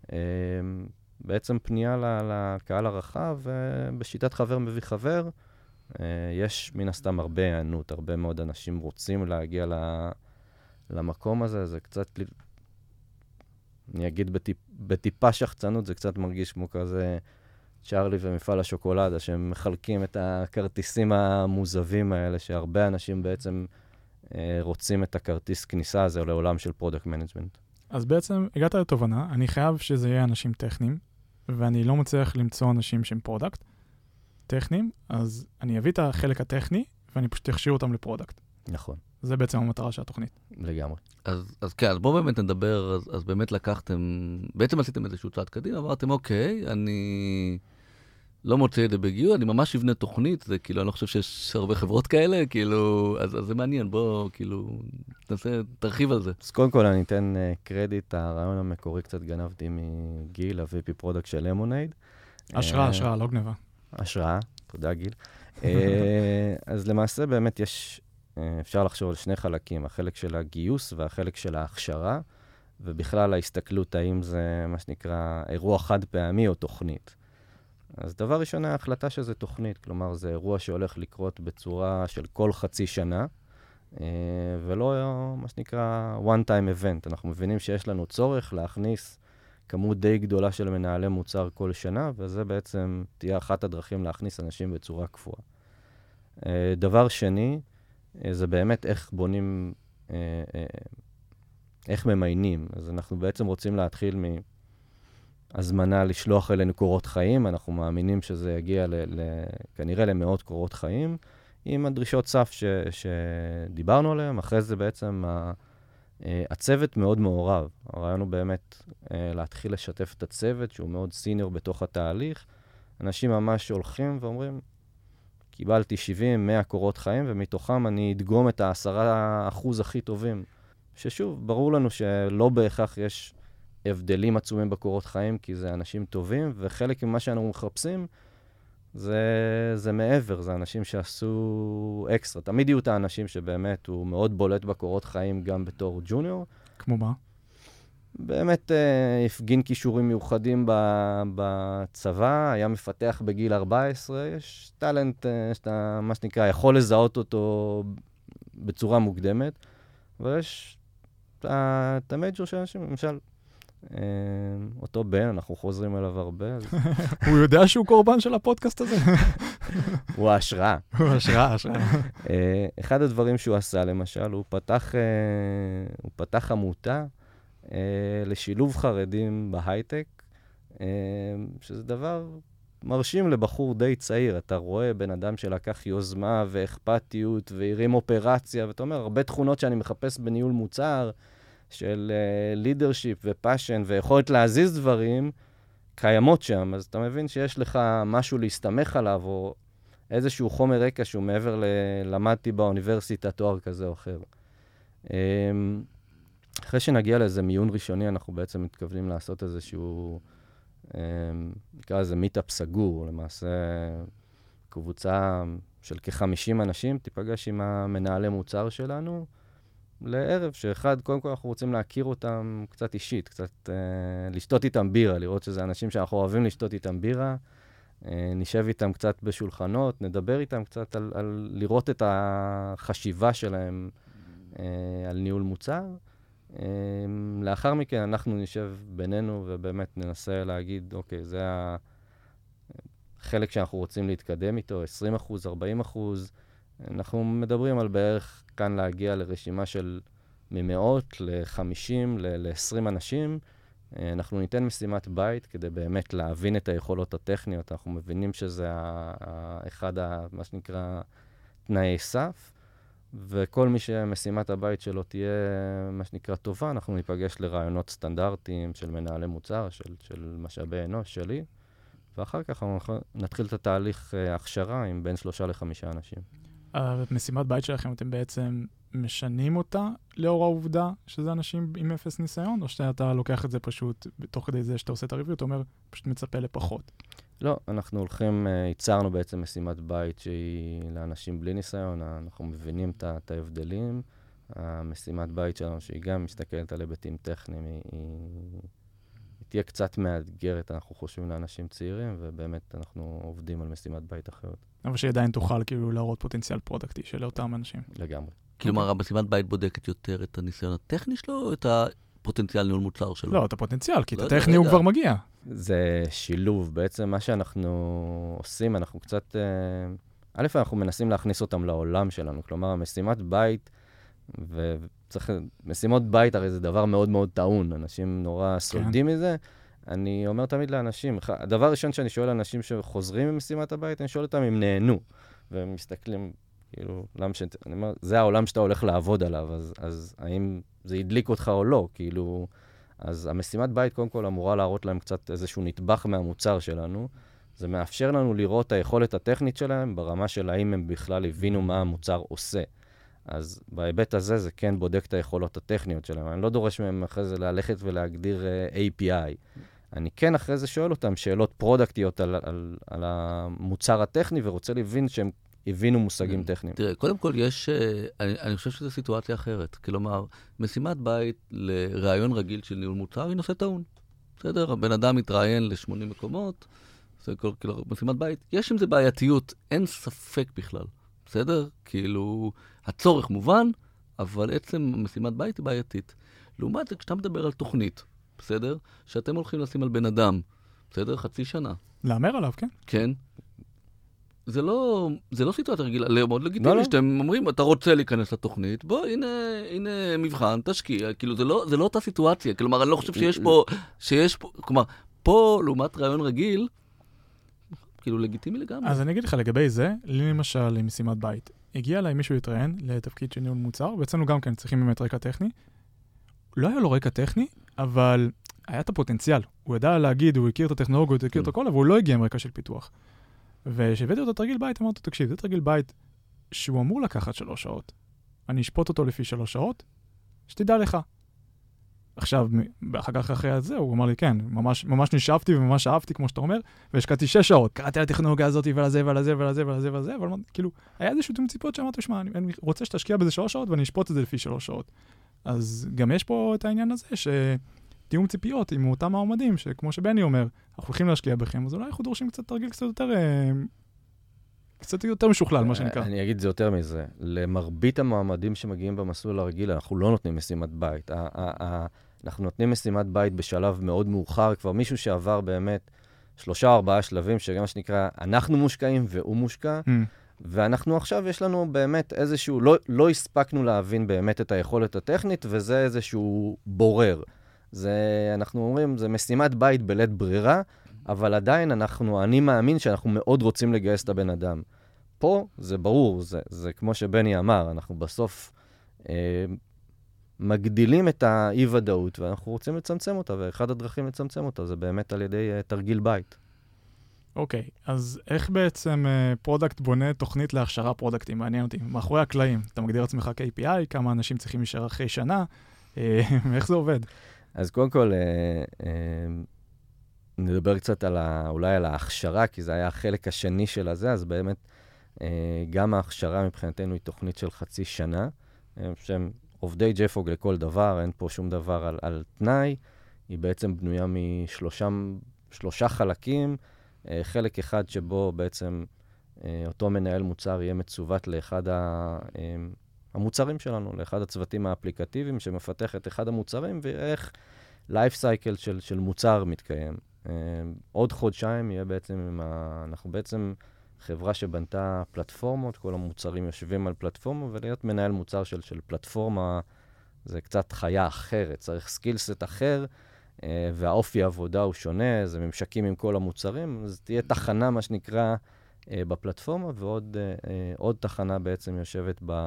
בעצם פנייה לקהל הרחב, ובשיטת חבר מביא חבר, יש מן הסתם הרבה הענות, הרבה מאוד אנשים רוצים להגיע למקום הזה, זה קצת, אני אגיד בטיפ, בטיפה שחצנות, זה קצת מרגיש כמו כזה צ'רלי ומפעל השוקולדה, שהם מחלקים את הכרטיסים המוזבים האלה, שהרבה אנשים בעצם רוצים את הכרטיס כניסה הזה לעולם של פרודקט מנג'מנט.
אז בעצם הגעת לתובנה, אני חייב שזה יהיה אנשים טכניים, ואני לא מצליח למצוא אנשים שהם פרודקט טכניים, אז אני אביא את החלק הטכני, ואני פשוט אכשיר אותם לפרודקט.
נכון.
זה בעצם המטרה של התוכנית.
לגמרי.
אז, אז כן, אז בואו באמת נדבר, אז, אז באמת לקחתם, בעצם עשיתם איזשהו צעד קדימה, אמרתם, אוקיי, אני לא מוצא את זה בגיור, אני ממש אבנה תוכנית, זה כאילו, אני לא חושב שיש הרבה חברות כאלה, כאילו, אז, אז זה מעניין, בוא, כאילו, תנסה, תרחיב על זה.
אז קודם כל אני אתן uh, קרדיט, הרעיון המקורי קצת גנבתי מגיל, ה-וי פי פרודקט של למונייד.
השראה, השראה, לא גנבה.
השראה, תודה גיל. אז למעשה באמת יש, אפשר לחשוב על שני חלקים, החלק של הגיוס והחלק של ההכשרה, ובכלל ההסתכלות האם זה מה שנקרא אירוע חד פעמי או תוכנית. אז דבר ראשון, ההחלטה שזה תוכנית, כלומר זה אירוע שהולך לקרות בצורה של כל חצי שנה, ולא מה שנקרא one time event. אנחנו מבינים שיש לנו צורך להכניס כמות די גדולה של מנהלי מוצר כל שנה, וזה בעצם תהיה אחת הדרכים להכניס אנשים בצורה קבועה. דבר שני, זה באמת איך בונים, איך ממיינים. אז אנחנו בעצם רוצים להתחיל מהזמנה לשלוח אלינו קורות חיים, אנחנו מאמינים שזה יגיע ל, ל, כנראה למאות קורות חיים, עם הדרישות סף ש, שדיברנו עליהם. אחרי זה בעצם ה, הצוות מאוד מעורב. הרעיון הוא באמת להתחיל לשתף את הצוות, שהוא מאוד סיניור בתוך התהליך. אנשים ממש הולכים ואומרים, קיבלתי שבעים מאה קורות חיים, ומתוכם אני אדגום את העשרה אחוז הכי טובים. ששוב, ברור לנו שלא בהכרח יש הבדלים עצומים בקורות חיים, כי זה אנשים טובים, וחלק ממה שאנחנו מחפשים, זה, זה מעבר, זה אנשים שעשו אקסטרה. תמיד יהיו את האנשים שבאמת הוא מאוד בולט בקורות חיים גם בתור ג'וניור.
כמו מה?
באמת אה, הפגין כישורים מיוחדים בצבא, היה מפתח בגיל ארבע עשרה, יש טלנט אה, שאתה, מה שנקרא, יכול לזהות אותו בצורה מוקדמת, ויש את המייג'ור של אנשים, למשל, אה, אותו בן, אנחנו חוזרים אליו הרבה. אז...
הוא יודע שהוא קורבן של הפודקאסט הזה?
הוא ההשראה.
הוא ההשראה, ההשראה.
אה, אחד הדברים שהוא עשה, למשל, הוא פתח, אה, הוא פתח עמותה, Uh, לשילוב חרדים בהייטק, uh, שזה דבר מרשים לבחור די צעיר. אתה רואה בן אדם שלקח יוזמה ואכפתיות והרים אופרציה, ואתה אומר, הרבה תכונות שאני מחפש בניהול מוצר, של לידרשיפ ופאשן ויכולת להזיז דברים, קיימות שם. אז אתה מבין שיש לך משהו להסתמך עליו, או איזשהו חומר רקע שהוא מעבר למדתי באוניברסיטה, תואר כזה או אחר. אחרי שנגיע לאיזה מיון ראשוני, אנחנו בעצם מתכוונים לעשות איזשהו, נקרא לזה מיטאפ סגור, למעשה קבוצה של כ-חמישים אנשים, תיפגש עם המנהלי מוצר שלנו, לערב שאחד, קודם כל אנחנו רוצים להכיר אותם קצת אישית, קצת אה, לשתות איתם בירה, לראות שזה אנשים שאנחנו אוהבים לשתות איתם בירה, אה, נשב איתם קצת בשולחנות, נדבר איתם קצת על, על לראות את החשיבה שלהם אה, על ניהול מוצר. אה, לאחר מכן אנחנו נשב בינינו ובאמת ננסה להגיד, אוקיי, זה החלק שאנחנו רוצים להתקדם איתו, עשרים אחוז, ארבעים אחוז, אנחנו מדברים על בערך כאן להגיע לרשימה של ממאות ל-חמישים, ל-עשרים אנשים. אנחנו ניתן משימת בית כדי באמת להבין את היכולות הטכניות. אנחנו מבינים שזה אחד, ה, מה שנקרא, תנאי סף, וכל מי שמשימת הבית שלו תהיה, מה שנקרא, טובה, אנחנו ניפגש לרעיונות סטנדרטיים של מנהלי מוצר, של, של משאבי אנוש שלי, ואחר כך אנחנו נתחיל את התהליך הכשרה עם בין שלושה לחמישה אנשים.
המשימת בית שלכם, אתם בעצם משנים אותה לאור העובדה שזה אנשים עם אפס ניסיון, או שאתה לוקח את זה פשוט, בתוך כדי זה שאתה עושה את הריוויו, אתה אומר, פשוט מצפה לפחות?
לא, אנחנו הולכים, ייצרנו בעצם משימת בית שהיא לאנשים בלי ניסיון, אנחנו מבינים את ההבדלים. המשימת בית שלנו, שהיא גם מסתכלת על היבטים טכניים, היא, היא, היא תהיה קצת מאתגרת, אנחנו חושבים לאנשים צעירים, ובאמת אנחנו עובדים על משימת בית אחרת.
אבל שעדיין תוכל כאילו להראות פוטנציאל פרודקטי של אותם אנשים.
לגמרי.
כלומר, המשימת בית בודקת יותר את הניסיון הטכני שלו, או את הפוטנציאל ניהול מוצר שלו?
לא, את הפוטנציאל, כי את הטכני הוא כבר מגיע.
זה שילוב. בעצם מה שאנחנו עושים, אנחנו קצת... א', אנחנו מנסים להכניס אותם לעולם שלנו. כלומר, המשימת בית, וצריך... משימות בית הרי זה דבר מאוד מאוד טעון. אנשים נורא סולדים מזה. אני אומר תמיד לאנשים, הדבר הראשון שאני שואל לאנשים שחוזרים ממשימת הבית, אני שואל אותם אם נהנו. והם מסתכלים, כאילו, למה ש... אני אומר, זה העולם שאתה הולך לעבוד עליו, אז, אז האם זה ידליק אותך או לא? כאילו, אז המשימת בית קודם כל אמורה להראות להם קצת איזשהו נטבח מהמוצר שלנו. זה מאפשר לנו לראות את היכולת הטכנית שלהם ברמה של האם הם בכלל הבינו מה המוצר עושה. אז בהיבט הזה זה כן בודק את היכולות הטכניות שלהם. אני לא דורש מהם אחרי זה ללכת ולהגדיר uh, איי פי איי. אני כן אחרי זה שואל אותם שאלות פרודקטיות על, על, על המוצר הטכני, ורוצה להבין שהם הבינו מושגים טכניים.
תראה, קודם כל יש, אני, אני חושב שזו סיטואציה אחרת. כלומר, משימת בית לרעיון רגיל של ניהול מוצר היא נושא טעון. בסדר? הבן אדם מתראיין ל-שמונים מקומות, זה כל, כאילו, משימת בית. יש עם זה בעייתיות, אין ספק בכלל. בסדר? כאילו, הצורך מובן, אבל עצם משימת בית היא בעייתית. לעומת זה, כשאתה מדבר על תוכנית, בסדר? שאתם הולכים לשים על בן אדם, בסדר? חצי שנה.
לאמר עליו, כן?
כן. זה לא, זה לא סיטואציה רגילה, מאוד לגיטימי, לא, שאתם אומרים, אתה רוצה להיכנס לתוכנית, בוא, הנה, הנה מבחן, תשקיע, כאילו, זה לא, זה לא אותה סיטואציה, כלומר, אני לא חושב שיש פה, שיש פה, כלומר, פה, לעומת רעיון רגיל, כאילו, לגיטימי לגמרי.
אז אני אגיד לך, לגבי זה, לי למשל, למשימת בית, הגיע אליי מישהו להתראיין לתפקיד של ניהול מוצר, ואצלנו גם כן צריכים באמת רקע טכני. לא היה לו רקע טכני, אבל היה את הפוטנציאל. הוא ידע להגיד, הוא הכיר את הטכנולוגיות, הוא הכיר את הכל, אבל הוא לא הגיע עם רקע של פיתוח. ושהבאתי אותו תרגיל בית, אמרתי, תקשיב, זה תרגיל בית שהוא אמור לקחת שלוש שעות. אני אשפוט אותו לפי שלוש שעות, שתדע לך. עכשיו, אחר כך אחרי זה, הוא אמר לי, כן, ממש, ממש נשאבתי וממש אהבתי, כמו שאתה אומר, והשקעתי שש שעות. קראתי על הטכנולוגיה הזאת ולזה ולזה ולזה ולזה ולזה, אבל כאילו, היה איזשהו ציפות שאמרתי, שמע, אני, אני רוצה שתשקיע בזה שלוש שעות ואני אשפוט את זה לפי שלוש שעות. אז גם יש פה את העניין הזה שתיאום ציפיות עם אותם העומדים, שכמו שבני אומר, אנחנו הולכים להשקיע בכם, אז אולי אנחנו דורשים קצת תרגיל קצת יותר, קצת יותר משוכלל, מה שנקרא.
אני אגיד זה יותר מזה. למרבית המועמדים שמגיעים במסלול הרגיל, אנחנו לא נותנים משימת בית. אנחנו נותנים משימת בית בשלב מאוד מאוחר, כבר מישהו שעבר באמת שלושה או ארבעה שלבים, שגם מה שנקרא, אנחנו מושקעים והוא מושקע, ואנחנו עכשיו, יש לנו באמת איזשהו, לא, לא הספקנו להבין באמת את היכולת הטכנית, וזה איזשהו בורר. זה, אנחנו אומרים, זה משימת בית בלית ברירה, אבל עדיין אנחנו, אני מאמין שאנחנו מאוד רוצים לגייס את הבן אדם. פה זה ברור, זה, זה כמו שבני אמר, אנחנו בסוף אה, מגדילים את האי-ודאות, ואנחנו רוצים לצמצם אותה, ואחד הדרכים לצמצם אותה זה באמת על ידי uh, תרגיל בית.
אוקיי, okay, אז איך בעצם uh, פרודקט בונה תוכנית להכשרה פרודקטים? מעניין אותי. מאחורי הקלעים, אתה מגדיר עצמך K P I, כמה אנשים צריכים להישאר אחרי שנה, uh, איך זה עובד?
אז קודם כל, uh, uh, נדבר קצת על ה, אולי על ההכשרה, כי זה היה החלק השני של הזה, אז באמת uh, גם ההכשרה מבחינתנו היא תוכנית של חצי שנה, uh, שהם עובדי ג'פוג לכל דבר, אין פה שום דבר על, על תנאי, היא בעצם בנויה משלושה שלושה חלקים, uh, חלק אחד שבו בעצם uh, אותו מנהל מוצר יהיה מצוות לאחד ה, uh, המוצרים שלנו, לאחד הצוותים האפליקטיביים שמפתח את אחד המוצרים, ואיך לייף סייקל של, של מוצר מתקיים. Uh, עוד חודשיים יהיה בעצם, ה, אנחנו בעצם חברה שבנתה פלטפורמות, כל המוצרים יושבים על פלטפורמה, ולהיות מנהל מוצר של, של פלטפורמה, זה קצת חיה אחרת, צריך סקילסט אחר, uh, והאופי העבודה הוא שונה, זה ממשקים עם כל המוצרים, אז תהיה תחנה, מה שנקרא, uh, בפלטפורמה, ועוד uh, uh, עוד תחנה בעצם יושבת ב,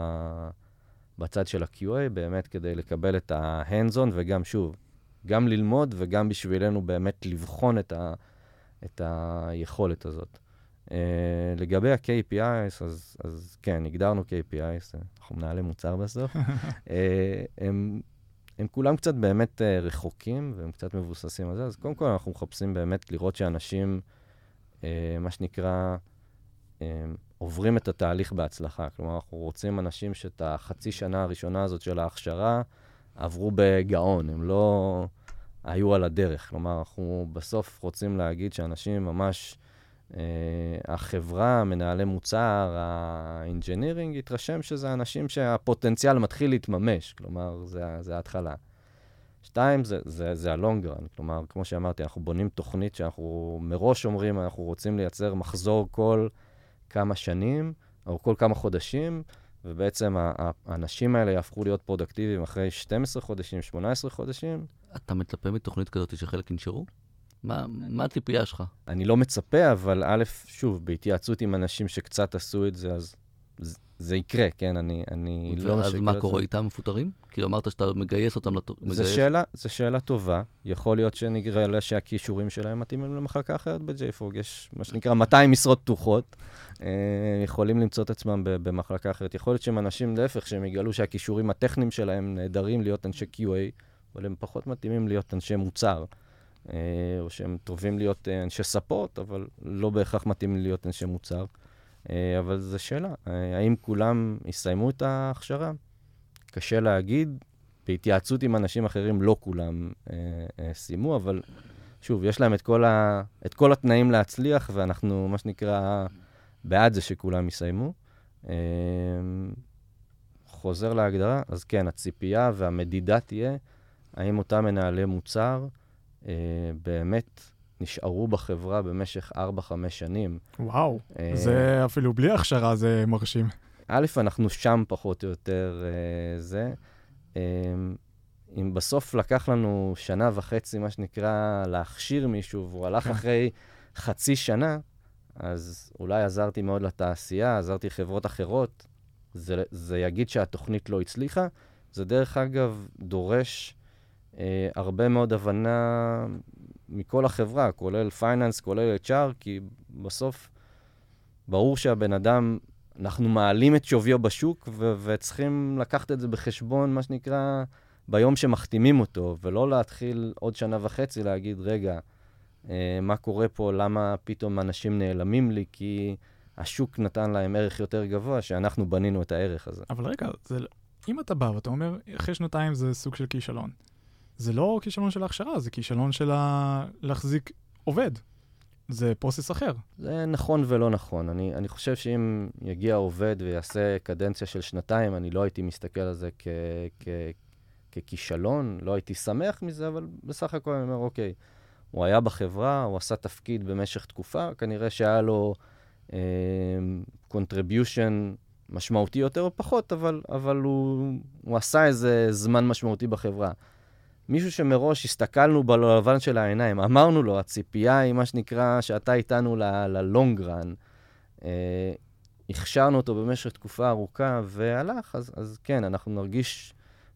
בצד של ה-Q A, באמת כדי לקבל את ה-hands-on, וגם שוב, גם ללמוד, וגם בשבילנו באמת לבחון את, ה, את היכולת הזאת. Uh, לגבי ה-K P Is, אז, אז כן, הגדרנו K P Is, אנחנו מנהלי מוצר בסוף. uh, הם, הם כולם קצת באמת uh, רחוקים, והם קצת מבוססים על זה, אז קודם כל אנחנו מחפשים באמת לראות שאנשים, uh, מה שנקרא, uh, עוברים את התהליך בהצלחה. כלומר, אנחנו רוצים אנשים שאת החצי שנה הראשונה הזאת של ההכשרה, עברו בגאון, הם לא היו על הדרך. כלומר, אנחנו בסוף רוצים להגיד שאנשים ממש, אה, החברה, מנהלי מוצר, האינג'ינירינג, יתרשם שזה אנשים שהפוטנציאל מתחיל להתממש. כלומר, זה, זה ההתחלה. שתיים, זה, זה, זה הלונגרן. כלומר, כמו שאמרתי, אנחנו בונים תוכנית שאנחנו מראש אומרים, אנחנו רוצים לייצר מחזור כל כמה שנים, או כל כמה חודשים, ובעצם האנשים האלה יהפכו להיות פרודקטיביים אחרי שנים עשר חודשים, שמונה עשרה חודשים.
אתה מצפה מתוכנית כזאת שחלק ינשארו? מה, מה הציפייה שלך?
אני לא מצפה, אבל א', שוב, בהתייעצות עם אנשים שקצת עשו את זה, אז זה, זה יקרה, כן? אני, אני לא משקר.
אז מה קורה איתם מפוטרים? כי אמרת שאתה מגייס אותם לתוכנית.
זו שאלה, זו שאלה טובה. יכול להיות שנגרע לה שהכישורים שלהם מתאימים למחלקה אחרת ב-ג'ייפרוג. יש מה שנקרא מאתיים משרות פתוחות. יכולים למצוא את עצמם במחלקה אחרת. יכול להיות שהם אנשים להפך, שהם יגלו שהכישורים הטכניים שלהם נהדרים להיות אנשי Q A, אבל הם פחות מתאימים להיות אנשי מוצר. או שהם טובים להיות אנשי ספורט, אבל לא בהכרח מתאימים להיות אנשי מוצר. אבל זו שאלה. האם כולם יסיימו את ההכשרה? קשה להגיד. בהתייעצות עם אנשים אחרים לא כולם סיימו, אבל שוב, יש להם את כל, ה... את כל התנאים להצליח, ואנחנו, מה שנקרא, בעד זה שכולם יסיימו. חוזר להגדרה, אז כן, הציפייה והמדידה תהיה, האם אותם מנהלי מוצר באמת נשארו בחברה במשך ארבע חמש שנים.
וואו, זה אפילו בלי הכשרה, זה מרשים.
א', אנחנו שם פחות או יותר זה. אם בסוף לקח לנו שנה וחצי, מה שנקרא, להכשיר מישהו, והוא הלך אחרי חצי שנה, אז אולי עזרתי מאוד לתעשייה, עזרתי חברות אחרות, זה, זה יגיד שהתוכנית לא הצליחה. זה דרך אגב דורש אה, הרבה מאוד הבנה מכל החברה, כולל פייננס, כולל H R, כי בסוף ברור שהבן אדם, אנחנו מעלים את שוויו בשוק, ו- וצריכים לקחת את זה בחשבון, מה שנקרא, ביום שמחתימים אותו, ולא להתחיל עוד שנה וחצי להגיד, רגע, אה, מה קורה פה, למה פתאום אנשים נעלמים לי, כי השוק נתן להם ערך יותר גבוה, שאנחנו בנינו את הערך הזה.
אבל רגע, זה, אם אתה בא ואתה אומר, אחרי שנתיים זה סוג של כישלון, זה לא כישלון של ההכשרה, זה כישלון של ה... להחזיק עובד. זה פרוסס אחר.
זה נכון ולא נכון. אני, אני חושב שאם יגיע עובד ויעשה קדנציה של שנתיים, אני לא הייתי מסתכל על זה כ, כ, ככישלון, לא הייתי שמח מזה, אבל בסך הכל אני אומר, אוקיי, הוא היה בחברה, הוא עשה תפקיד במשך תקופה, כנראה שהיה לו אה, contribution משמעותי יותר או פחות, אבל, אבל הוא, הוא עשה איזה זמן משמעותי בחברה. מישהו שמראש הסתכלנו בלבן של העיניים, אמרנו לו, הציפייה היא מה שנקרא, שאתה איתנו ללונגרן, אה, הכשרנו אותו במשך תקופה ארוכה והלך, אז, אז כן, אנחנו נרגיש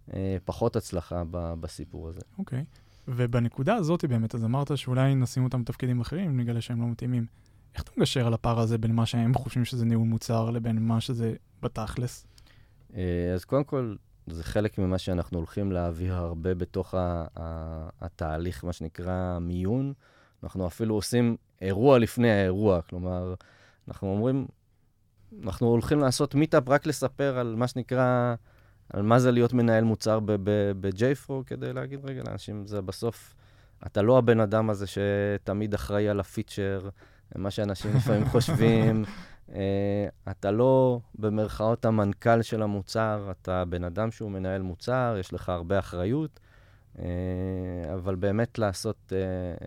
אה, פחות הצלחה ב, בסיפור הזה.
אוקיי. Okay. ובנקודה הזאת באמת, אז אמרת שאולי נשים אותם בתפקידים אחרים, נגלה שהם לא מתאימים. איך אתה מגשר על הפער הזה בין מה שהם חושבים שזה ניהול מוצר לבין מה שזה בתכלס?
אז קודם כל, זה חלק ממה שאנחנו הולכים להביא הרבה בתוך ה- ה- התהליך, מה שנקרא מיון. אנחנו אפילו עושים אירוע לפני האירוע, כלומר, אנחנו אומרים, אנחנו הולכים לעשות מיטאפ רק לספר על מה שנקרא, על מה זה להיות מנהל מוצר ב-ג'יי פור, כדי להגיד רגע לאנשים, זה בסוף, אתה לא הבן אדם הזה שתמיד אחראי על הפיצ'ר, מה שאנשים לפעמים חושבים, uh, אתה לא במרכאות המנכ"ל של המוצר, אתה בן אדם שהוא מנהל מוצר, יש לך הרבה אחריות, uh, אבל באמת לעשות uh,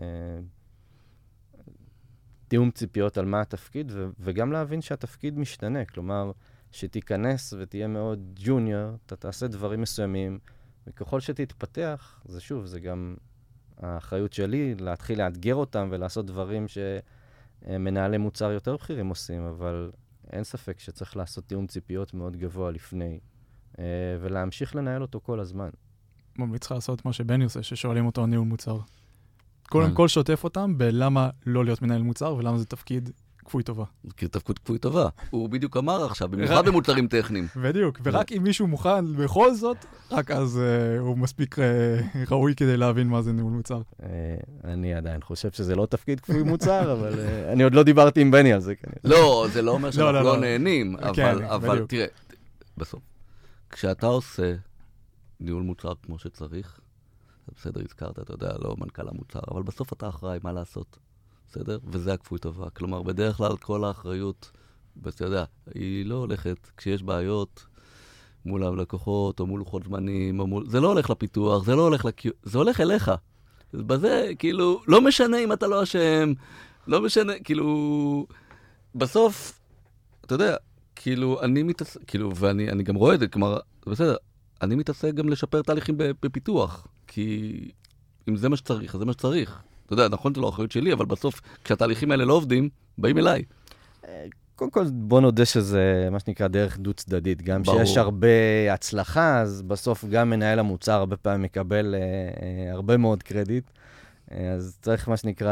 uh, תיאום ציפיות על מה התפקיד, ו- וגם להבין שהתפקיד משתנה, כלומר, שתיכנס ותהיה מאוד ג'וניור, אתה תעשה דברים מסוימים, וככל שתתפתח, זה שוב, זה גם האחריות שלי, להתחיל לאתגר אותם ולעשות דברים שמנהלי מוצר יותר בכירים עושים, אבל אין ספק שצריך לעשות תיאום ציפיות מאוד גבוה לפני, ולהמשיך לנהל אותו כל הזמן.
ממליץ לך לעשות מה שבני עושה, ששואלים אותו ניהול מוצר. קודם כל שוטף אותם בלמה לא להיות מנהל מוצר, ולמה זה תפקיד כפוי טובה.
כי תפקיד כפוי טובה. הוא בדיוק אמר עכשיו, במיוחד במוצרים טכניים.
בדיוק, ורק אם מישהו מוכן בכל זאת, רק אז הוא מספיק ראוי כדי להבין מה זה ניהול מוצר.
אני עדיין חושב שזה לא תפקיד כפוי מוצר, אבל אני עוד לא דיברתי עם בני על זה.
לא, זה לא אומר שאנחנו לא נהנים, אבל תראה, בסוף, כשאתה עושה ניהול מוצר כמו שצריך, בסדר, הזכרת, אתה יודע, לא מנכ"ל המוצר, אבל בסוף אתה אחראי מה לעשות. בסדר? וזה הכפוי טובה. כלומר, בדרך כלל כל האחריות, אתה יודע, היא לא הולכת כשיש בעיות מול הלקוחות, או מול לוחות זמנים, או מול... זה לא הולך לפיתוח, זה לא הולך לקיו... זה הולך אליך. בזה, כאילו, לא משנה אם אתה לא אשם, לא משנה, כאילו... בסוף, אתה יודע, כאילו, אני מתעסק, כאילו, ואני אני גם רואה את זה, כלומר, בסדר, אני מתעסק גם לשפר תהליכים בפיתוח, כי אם זה מה שצריך, אז זה מה שצריך. אתה יודע, נכון, זה לא אחריות שלי, אבל בסוף, כשהתהליכים האלה לא עובדים, באים אליי.
קודם כל, בוא נודה שזה מה שנקרא דרך דו צדדית. גם שיש הרבה הצלחה, אז בסוף גם מנהל המוצר הרבה פעמים מקבל אה, הרבה מאוד קרדיט. אה, אז צריך מה שנקרא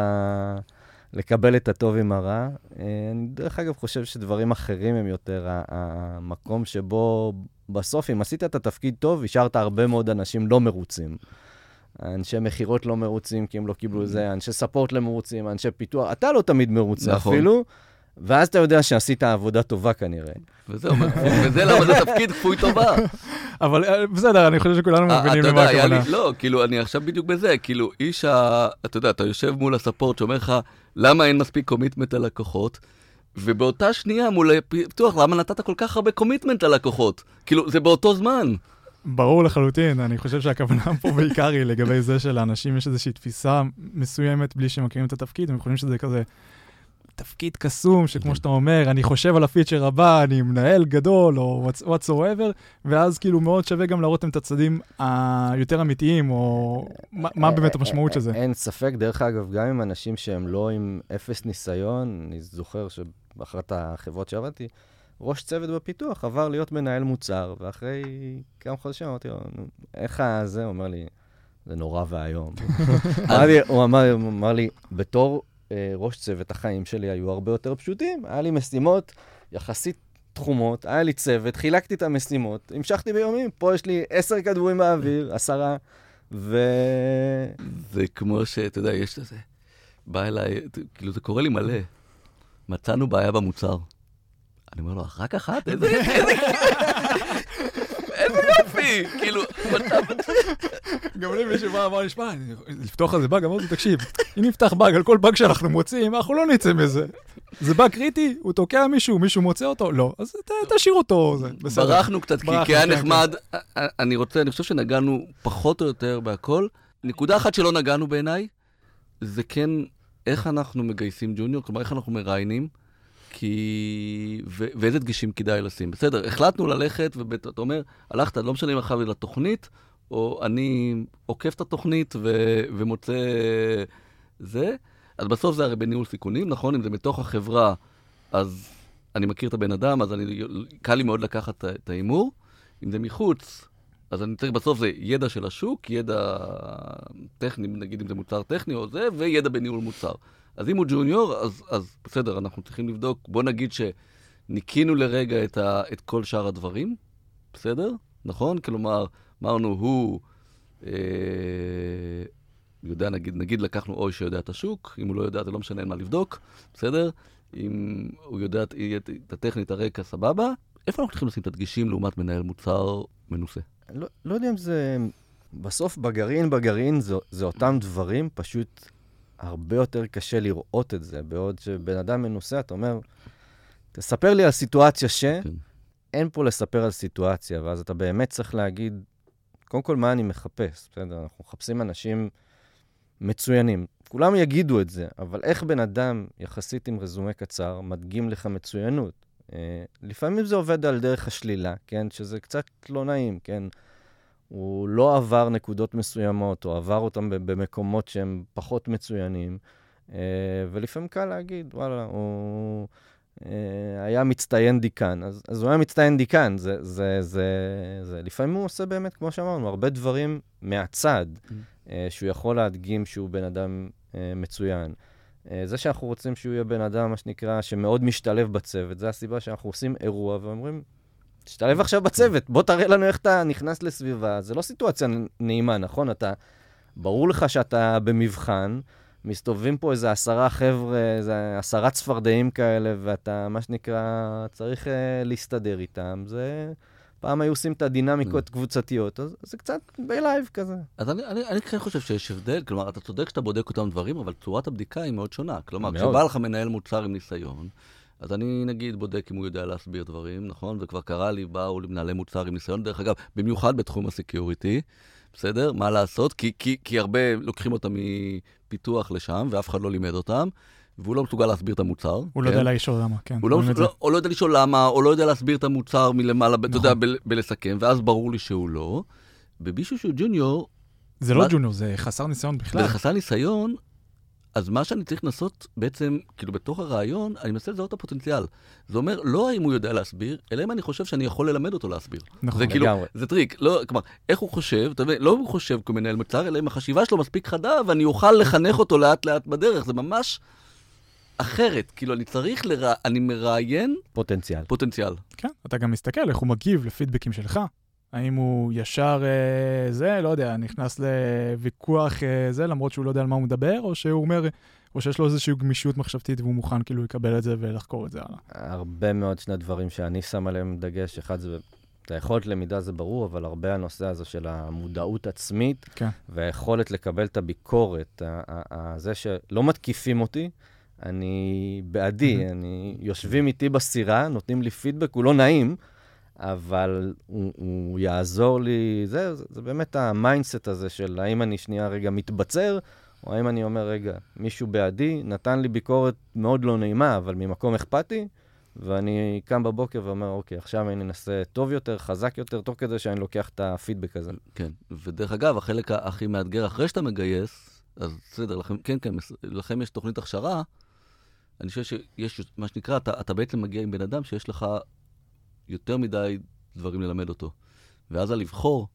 לקבל את הטוב עם הרע. אה, אני דרך אגב חושב שדברים אחרים הם יותר המקום שבו בסוף, אם עשית את התפקיד טוב, השארת הרבה מאוד אנשים לא מרוצים. אנשי מחירות לא מרוצים, כי הם לא קיבלו זה, אנשי ספורט לא מרוצים, אנשי פיתוח, אתה לא תמיד מרוצה אפילו, ואז אתה יודע שעשית עבודה טובה כנראה.
וזהו, וזה למה זה תפקיד כפוי טובה.
אבל בסדר, אני חושב שכולנו מבינים למה הכוונה.
לא, כאילו, אני עכשיו בדיוק בזה, כאילו, איש ה... אתה יודע, אתה יושב מול הספורט שאומר לך, למה אין מספיק קומיטמנט ללקוחות, ובאותה שנייה מול הפיתוח, למה נתת כל כך הרבה קומיטמנט ללקוחות? כאילו, זה באותו זמן.
ברור לחלוטין, אני חושב שהכוונה פה בעיקר היא לגבי זה שלאנשים יש איזושהי תפיסה מסוימת בלי שמכירים את התפקיד, הם חושבים שזה כזה תפקיד קסום, שכמו שאתה אומר, אני חושב על הפיצ'ר הבא, אני מנהל גדול, או whatsoever, ואז כאילו מאוד שווה גם להראות את הצדדים היותר אמיתיים, או מה באמת המשמעות של זה.
אין ספק, דרך אגב, גם עם אנשים שהם לא עם אפס ניסיון, אני זוכר שבאחת החברות שעבדתי, ראש צוות בפיתוח עבר להיות מנהל מוצר, ואחרי כמה חודשים אמרתי לו, איך זה? הוא אומר לי, זה נורא והיום. הוא אמר לי, בתור ראש צוות, החיים שלי היו הרבה יותר פשוטים, היה לי משימות יחסית תחומות, היה לי צוות, חילקתי את המשימות, המשכתי ביומים, פה יש לי עשר כדורים באוויר, עשרה, ו...
זה כמו שאתה יודע, יש לזה, בא אליי, כאילו זה קורה לי מלא, מצאנו בעיה במוצר. אני אומר לו, רק אחת? איזה יופי! כאילו,
גם לי מישהו בא, אמר לי, שמע, לפתוח על זה באג, אמרתי, תקשיב, אם נפתח באג על כל באג שאנחנו מוצאים, אנחנו לא נצא מזה. זה באג קריטי, הוא תוקע מישהו, מישהו מוצא אותו? לא. אז תשאיר אותו.
ברחנו קצת, כי היה נחמד. אני רוצה, אני חושב שנגענו פחות או יותר בהכל. נקודה אחת שלא נגענו בעיניי, זה כן איך אנחנו מגייסים ג'וניור, כלומר, איך אנחנו מראיינים, כי... ו... ואיזה דגשים כדאי לשים. בסדר, החלטנו ללכת, ואתה אומר, הלכת, לא משנה אם אחר לתוכנית, או אני עוקף את התוכנית ו... ומוצא זה. אז בסוף זה הרי בניהול סיכונים, נכון? אם זה מתוך החברה, אז אני מכיר את הבן אדם, אז אני... קל לי מאוד לקחת את האימור. אם זה מחוץ, אז אני צריך בסוף זה ידע של השוק, ידע טכני, נגיד אם זה מוצר טכני או זה, וידע בניהול מוצר. אז אם הוא ג'וניור, אז, אז בסדר, אנחנו צריכים לבדוק, בוא נגיד שניקינו לרגע את, ה, את כל שאר הדברים, בסדר? נכון? כלומר, אמרנו, הוא אה, יודע, נגיד, נגיד לקחנו אוי שיודע את השוק, אם הוא לא יודע, זה לא משנה אין מה לבדוק, בסדר? אם הוא יודע את, את הטכנית הרקע, סבבה, איפה אנחנו צריכים לשים את הדגישים לעומת מנהל מוצר מנוסה?
לא, לא יודע אם זה... בסוף בגרעין, בגרעין זה, זה אותם דברים, פשוט הרבה יותר קשה לראות את זה. בעוד שבן אדם מנוסה, אתה אומר, תספר לי על סיטואציה ש... כן. אין פה לספר על סיטואציה, ואז אתה באמת צריך להגיד, קודם כל מה אני מחפש, בסדר? אנחנו מחפשים אנשים מצוינים. כולם יגידו את זה, אבל איך בן אדם יחסית עם רזומה קצר מדגים לך מצוינות? לפעמים זה עובד על דרך השלילה, כן? שזה קצת לא נעים, כן? הוא לא עבר נקודות מסוימות, או עבר אותם במקומות שהם פחות מצוינים, ולפעמים קל להגיד, וואלה, הוא היה מצטיין דיקן, אז, אז הוא היה מצטיין דיקן, זה, זה, זה, זה, לפעמים הוא עושה באמת, כמו שאמרנו, הרבה דברים מהצד, mm. שהוא יכול להדגים שהוא בן אדם מצוין. זה שאנחנו רוצים שהוא יהיה בן אדם, מה שנקרא, שמאוד משתלב בצוות, זה הסיבה שאנחנו עושים אירוע ואומרים, תשתלב עכשיו בצוות, בוא תראה לנו איך אתה נכנס לסביבה. זה לא סיטואציה נעימה, נכון? אתה, ברור לך שאתה במבחן, מסתובבים פה איזה עשרה חבר'ה, איזה עשרה צפרדעים כאלה, ואתה, מה שנקרא, צריך להסתדר איתם. זה... פעם היו עושים את הדינמיקות קבוצתיות, אז זה קצת בלייב כזה.
אז אני, אני, אני כן חושב שיש הבדל, כלומר, אתה צודק שאתה בודק אותם דברים, אבל צורת הבדיקה היא מאוד שונה. כלומר, כשבא לך מנהל מוצר עם ניסיון, אז אני נגיד בודק אם הוא יודע להסביר דברים, נכון? וכבר קרה לי, באו למנהלי מוצר עם ניסיון, דרך אגב, במיוחד בתחום הסקיוריטי, בסדר? מה לעשות? כי, כי, כי הרבה לוקחים אותם מפיתוח לשם, ואף אחד לא לימד אותם, והוא לא מסוגל להסביר את המוצר.
הוא כן? לא יודע לשאול למה, כן.
הוא לא, לא, או לא יודע לשאול למה, או לא יודע להסביר את המוצר מלמעלה, נכון. אתה יודע, ב, בלסכם, ואז ברור לי שהוא לא. ובישהו שהוא ג'וניור...
זה מה... לא ג'וניור, זה חסר ניסיון בכלל.
זה חסר ניסיון, אז מה שאני צריך לנסות בעצם, כאילו בתוך הרעיון, אני מנסה לזהות את הפוטנציאל. זה אומר, לא האם הוא יודע להסביר, אלא אם אני חושב שאני יכול ללמד אותו להסביר.
נכון.
זה כאילו, זה טריק. לא, כלומר, איך הוא חושב, אתה יודע, לא הוא חושב כמנהל מוצר, אלא אם החשיבה שלו מספיק חדה, ואני אוכל לחנך אותו לאט לאט בדרך. זה ממש אחרת. כאילו, אני צריך לרא... אני מראיין...
פוטנציאל.
פוטנציאל.
כן, אתה גם מסתכל איך הוא מגיב לפידבקים שלך. האם הוא ישר אה, זה, לא יודע, נכנס לוויכוח אה, זה, למרות שהוא לא יודע על מה הוא מדבר, או שהוא אומר, או שיש לו איזושהי גמישות מחשבתית, והוא מוכן כאילו לקבל את זה ולחקור את זה הלאה.
הרבה מאוד שני דברים שאני שם עליהם דגש. אחד זה, את היכולת למידה זה ברור, אבל הרבה הנושא הזה של המודעות עצמית, כן. והיכולת לקבל את הביקורת, זה שלא מתקיפים אותי, אני בעדי, אני יושבים איתי בסירה, נותנים לי פידבק, הוא לא נעים, אבל הוא, הוא יעזור לי, זה, זה, זה באמת המיינדסט הזה של האם אני שנייה רגע מתבצר, או האם אני אומר רגע, מישהו בעדי נתן לי ביקורת מאוד לא נעימה, אבל ממקום אכפתי, ואני קם בבוקר ואומר, אוקיי, עכשיו אני אנסה טוב יותר, חזק יותר, תוך כדי שאני לוקח את הפידבק הזה.
כן, ודרך אגב, החלק הכי מאתגר, אחרי שאתה מגייס, אז בסדר, לכם, כן, כן, לכם יש תוכנית הכשרה, אני חושב שיש, מה שנקרא, אתה, אתה בעצם מגיע עם בן אדם שיש לך יותר מדי דברים ללמד אותו. ואז על לבחור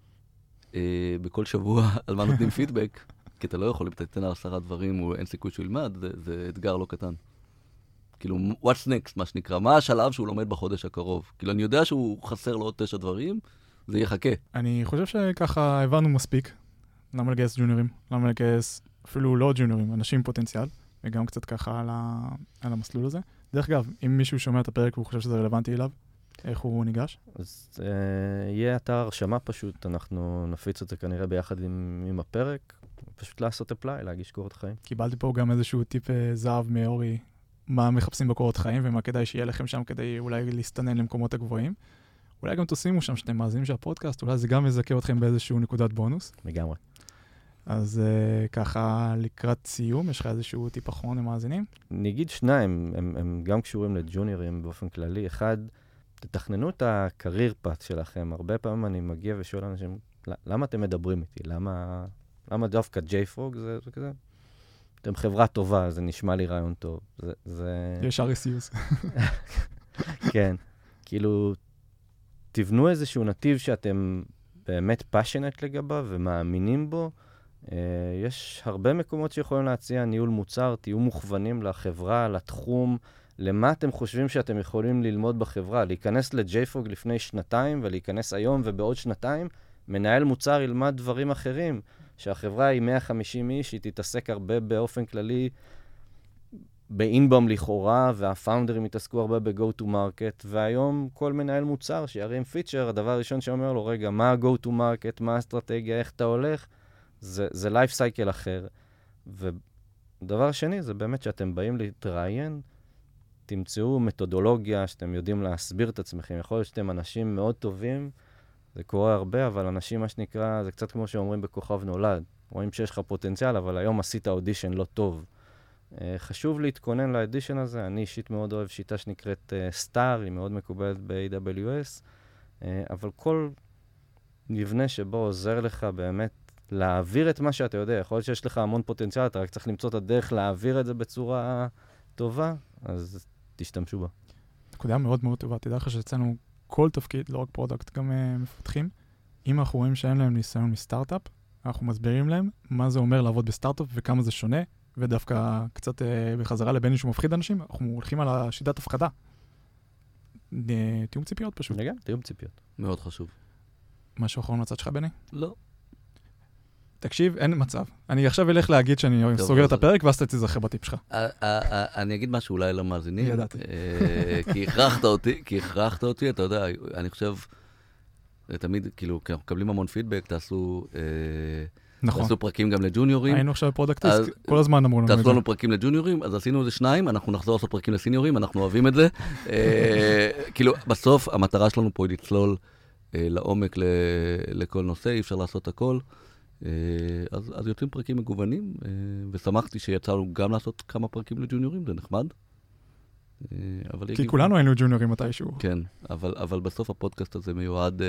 אה, בכל שבוע על מה נותנים פידבק, כי אתה לא יכול, אם אתה תתן על עשרה דברים, או אין סיכוי שהוא ילמד, זה, זה אתגר לא קטן. כאילו, what's next, מה שנקרא? מה השלב שהוא לומד בחודש הקרוב? כאילו, אני יודע שהוא חסר לו עוד תשע דברים, זה יחכה.
אני חושב שככה הבנו מספיק. למה לגייס ג'וניורים? למה לגייס אפילו לא ג'וניורים, אנשים עם פוטנציאל, וגם קצת ככה על, ה... על המסלול הזה. דרך אגב, אם מישהו שומע את הפרק והוא חושב שזה רלוונטי אליו, איך הוא ניגש?
אז אה, יהיה אתר הרשמה פשוט, אנחנו נפיץ את זה כנראה ביחד עם, עם הפרק, פשוט לעשות אפליי, להגיש קורות חיים.
קיבלתי פה גם איזשהו טיפ אה, זהב מאורי, מה מחפשים בקורות חיים, ומה כדאי שיהיה לכם שם כדי אולי להסתנן למקומות הגבוהים. אולי גם תשימו שם שאתם מאזינים של הפודקאסט, אולי זה גם יזכה אתכם באיזשהו נקודת בונוס.
לגמרי.
אז uh, ככה לקראת סיום, יש לך איזשהו טיפ אחרון למאזינים?
נגיד שניים, הם, הם גם קשורים לג'וניורים באופן כללי. אחד, תתכננו את הקרייר פאט שלכם. הרבה פעמים אני מגיע ושואל אנשים, למה אתם מדברים איתי? למה, למה דווקא ג'יי-פרוג? זה, זה כזה. אתם חברה טובה, זה נשמע לי רעיון טוב. זה, זה...
יש אר אס יוס.
כן. כאילו, תבנו איזשהו נתיב שאתם באמת פאשנט לגביו ומאמינים בו, אה, יש הרבה מקומות שיכולים להציע ניהול מוצר, תהיו מוכוונים לחברה, לתחום, למה אתם חושבים שאתם יכולים ללמוד בחברה. להיכנס לג'ייפרוג לפני שנתיים ולהיכנס היום ובעוד שנתיים, מנהל מוצר ילמד דברים אחרים, שהחברה היא מאה וחמישים איש, היא תתעסק הרבה באופן כללי באינבום לכאורה, והפאונדרים יתעסקו הרבה ב-go to market, והיום כל מנהל מוצר שירים פיצ'ר, הדבר הראשון שאומר לו, רגע, מה ה-go to market, מה האסטרטגיה, איך אתה הולך, זה, זה life cycle אחר. ודבר שני, זה באמת שאתם באים להתראיין, תמצאו מתודולוגיה שאתם יודעים להסביר את עצמכם. יכול להיות שאתם אנשים מאוד טובים, זה קורה הרבה, אבל אנשים, מה שנקרא, זה קצת כמו שאומרים בכוכב נולד. רואים שיש לך פוטנציאל, אבל היום עשית אודישן לא טוב. חשוב להתכונן לאודישן הזה. אני אישית מאוד אוהב שיטה שנקראת סטאר, היא מאוד מקובלת ב-איי דאבליו אס, אבל כל מבנה שבו עוזר לך באמת להעביר את מה שאתה יודע. יכול להיות שיש לך המון פוטנציאל, אתה רק צריך למצוא את הדרך להעביר את זה בצורה טובה, אז תשתמשו בה.
נקודה מאוד מאוד טובה. תדע לך שאצלנו כל תפקיד, לא רק פרודקט, גם uh, מפתחים. אם אנחנו רואים שאין להם ניסיון מסטארט-אפ, אנחנו מסבירים להם מה זה אומר לעבוד בסטארט-אפ וכמה זה שונה, ודווקא קצת uh, בחזרה לבני שהוא מפחיד אנשים, אנחנו הולכים על השיטת הפחדה. Uh, תיאום ציפיות פשוט.
רגע, תיאום ציפיות.
מאוד חשוב.
משהו אחרון לצד שלך, בני?
לא.
תקשיב, אין מצב. אני עכשיו אלך להגיד שאני סוגר את הפרק, ואז אתה תזכר בטיפ שלך.
אני אגיד משהו אולי למאזינים.
ידעתי.
כי הכרחת אותי, כי הכרחת אותי, אתה יודע, אני חושב, תמיד, כאילו, כי אנחנו מקבלים המון פידבק, תעשו...
נכון.
תעשו פרקים גם לג'וניורים.
היינו עכשיו בפרודקטיסט, כל הזמן אמרו לנו את זה.
תעשו לנו פרקים לג'וניורים, אז עשינו איזה שניים, אנחנו נחזור לעשות פרקים לסיניורים, אנחנו אוהבים את זה. כאילו, בסוף, המטרה שלנו פה היא לצלול לעומק לכל נושא, אי אפשר לעשות הכל. אז, אז יוצאים פרקים מגוונים, ושמחתי שיצאנו גם לעשות כמה פרקים לג'וניורים, זה נחמד. אבל
כי
יגיב...
כולנו היינו ג'וניורים מתישהו.
כן, אבל, אבל בסוף הפודקאסט הזה מיועד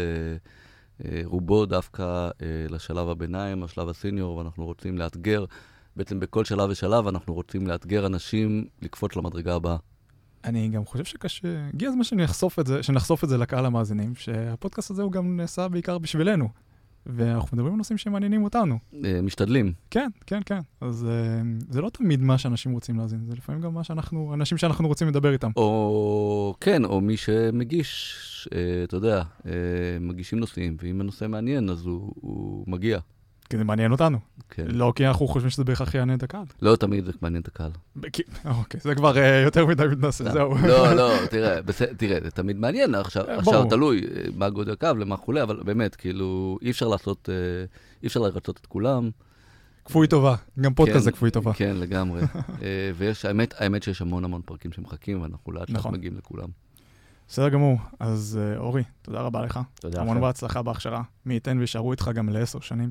רובו דווקא לשלב הביניים, השלב הסיניור, ואנחנו רוצים לאתגר, בעצם בכל שלב ושלב אנחנו רוצים לאתגר אנשים לקפוץ למדרגה הבאה.
אני גם חושב שקשה, הגיע הזמן שנחשוף את זה, שנחשוף את זה לקהל המאזינים, שהפודקאסט הזה הוא גם נעשה בעיקר בשבילנו. ואנחנו מדברים על נושאים שמעניינים אותנו.
משתדלים.
כן, כן, כן. אז זה לא תמיד מה שאנשים רוצים להזין, זה לפעמים גם מה שאנחנו, אנשים שאנחנו רוצים לדבר איתם.
או, כן, או מי שמגיש, אתה יודע, מגישים נושאים, ואם הנושא מעניין, אז הוא, הוא מגיע.
כי זה מעניין אותנו.
כן.
לא כי אנחנו חושבים שזה בהכרח יעניין את הקהל.
לא תמיד זה מעניין את הקהל.
אוקיי, זה כבר יותר מדי מתנסה, זהו.
לא, לא, תראה, תראה, זה תמיד מעניין, עכשיו תלוי מה גודל הקו, למה חולה, אבל באמת, כאילו, אי אפשר לעשות, אי אפשר לרצות את כולם.
כפוי טובה, גם פודקאסט זה כפוי טובה.
כן, לגמרי. ויש, האמת, האמת שיש המון המון פרקים שמחכים, ואנחנו לאט לאט מגיעים לכולם.
בסדר גמור, אז אורי, תודה רבה לך.
תודה לכם.
המון בהצלחה בהכשרה. מי ייתן וישארו איתך גם לעשר שנים.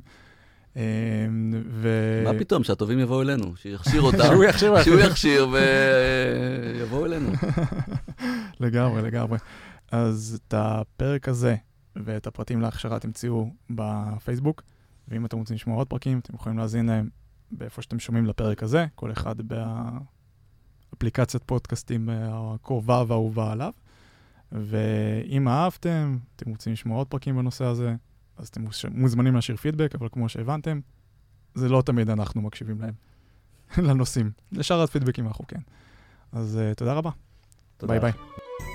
מה פתאום, שהטובים יבואו אלינו, שיכשיר אותם, שהוא יכשיר ויבואו אלינו.
לגמרי, לגמרי. אז את הפרק הזה ואת הפרטים להכשרה תמצאו בפייסבוק, ואם אתם רוצים לשמוע עוד פרקים, אתם יכולים להזין להם באיפה שאתם שומעים לפרק הזה, כל אחד באפליקציית פודקאסטים הקרובה והאהובה עליו. ואם אהבתם, אתם רוצים לשמוע עוד פרקים בנושא הזה, אז אתם מוזמנים להשאיר פידבק, אבל כמו שהבנתם, זה לא תמיד אנחנו מקשיבים להם, לנושאים. לשאר הפידבקים אנחנו כן. אז uh, תודה רבה. ביי ביי.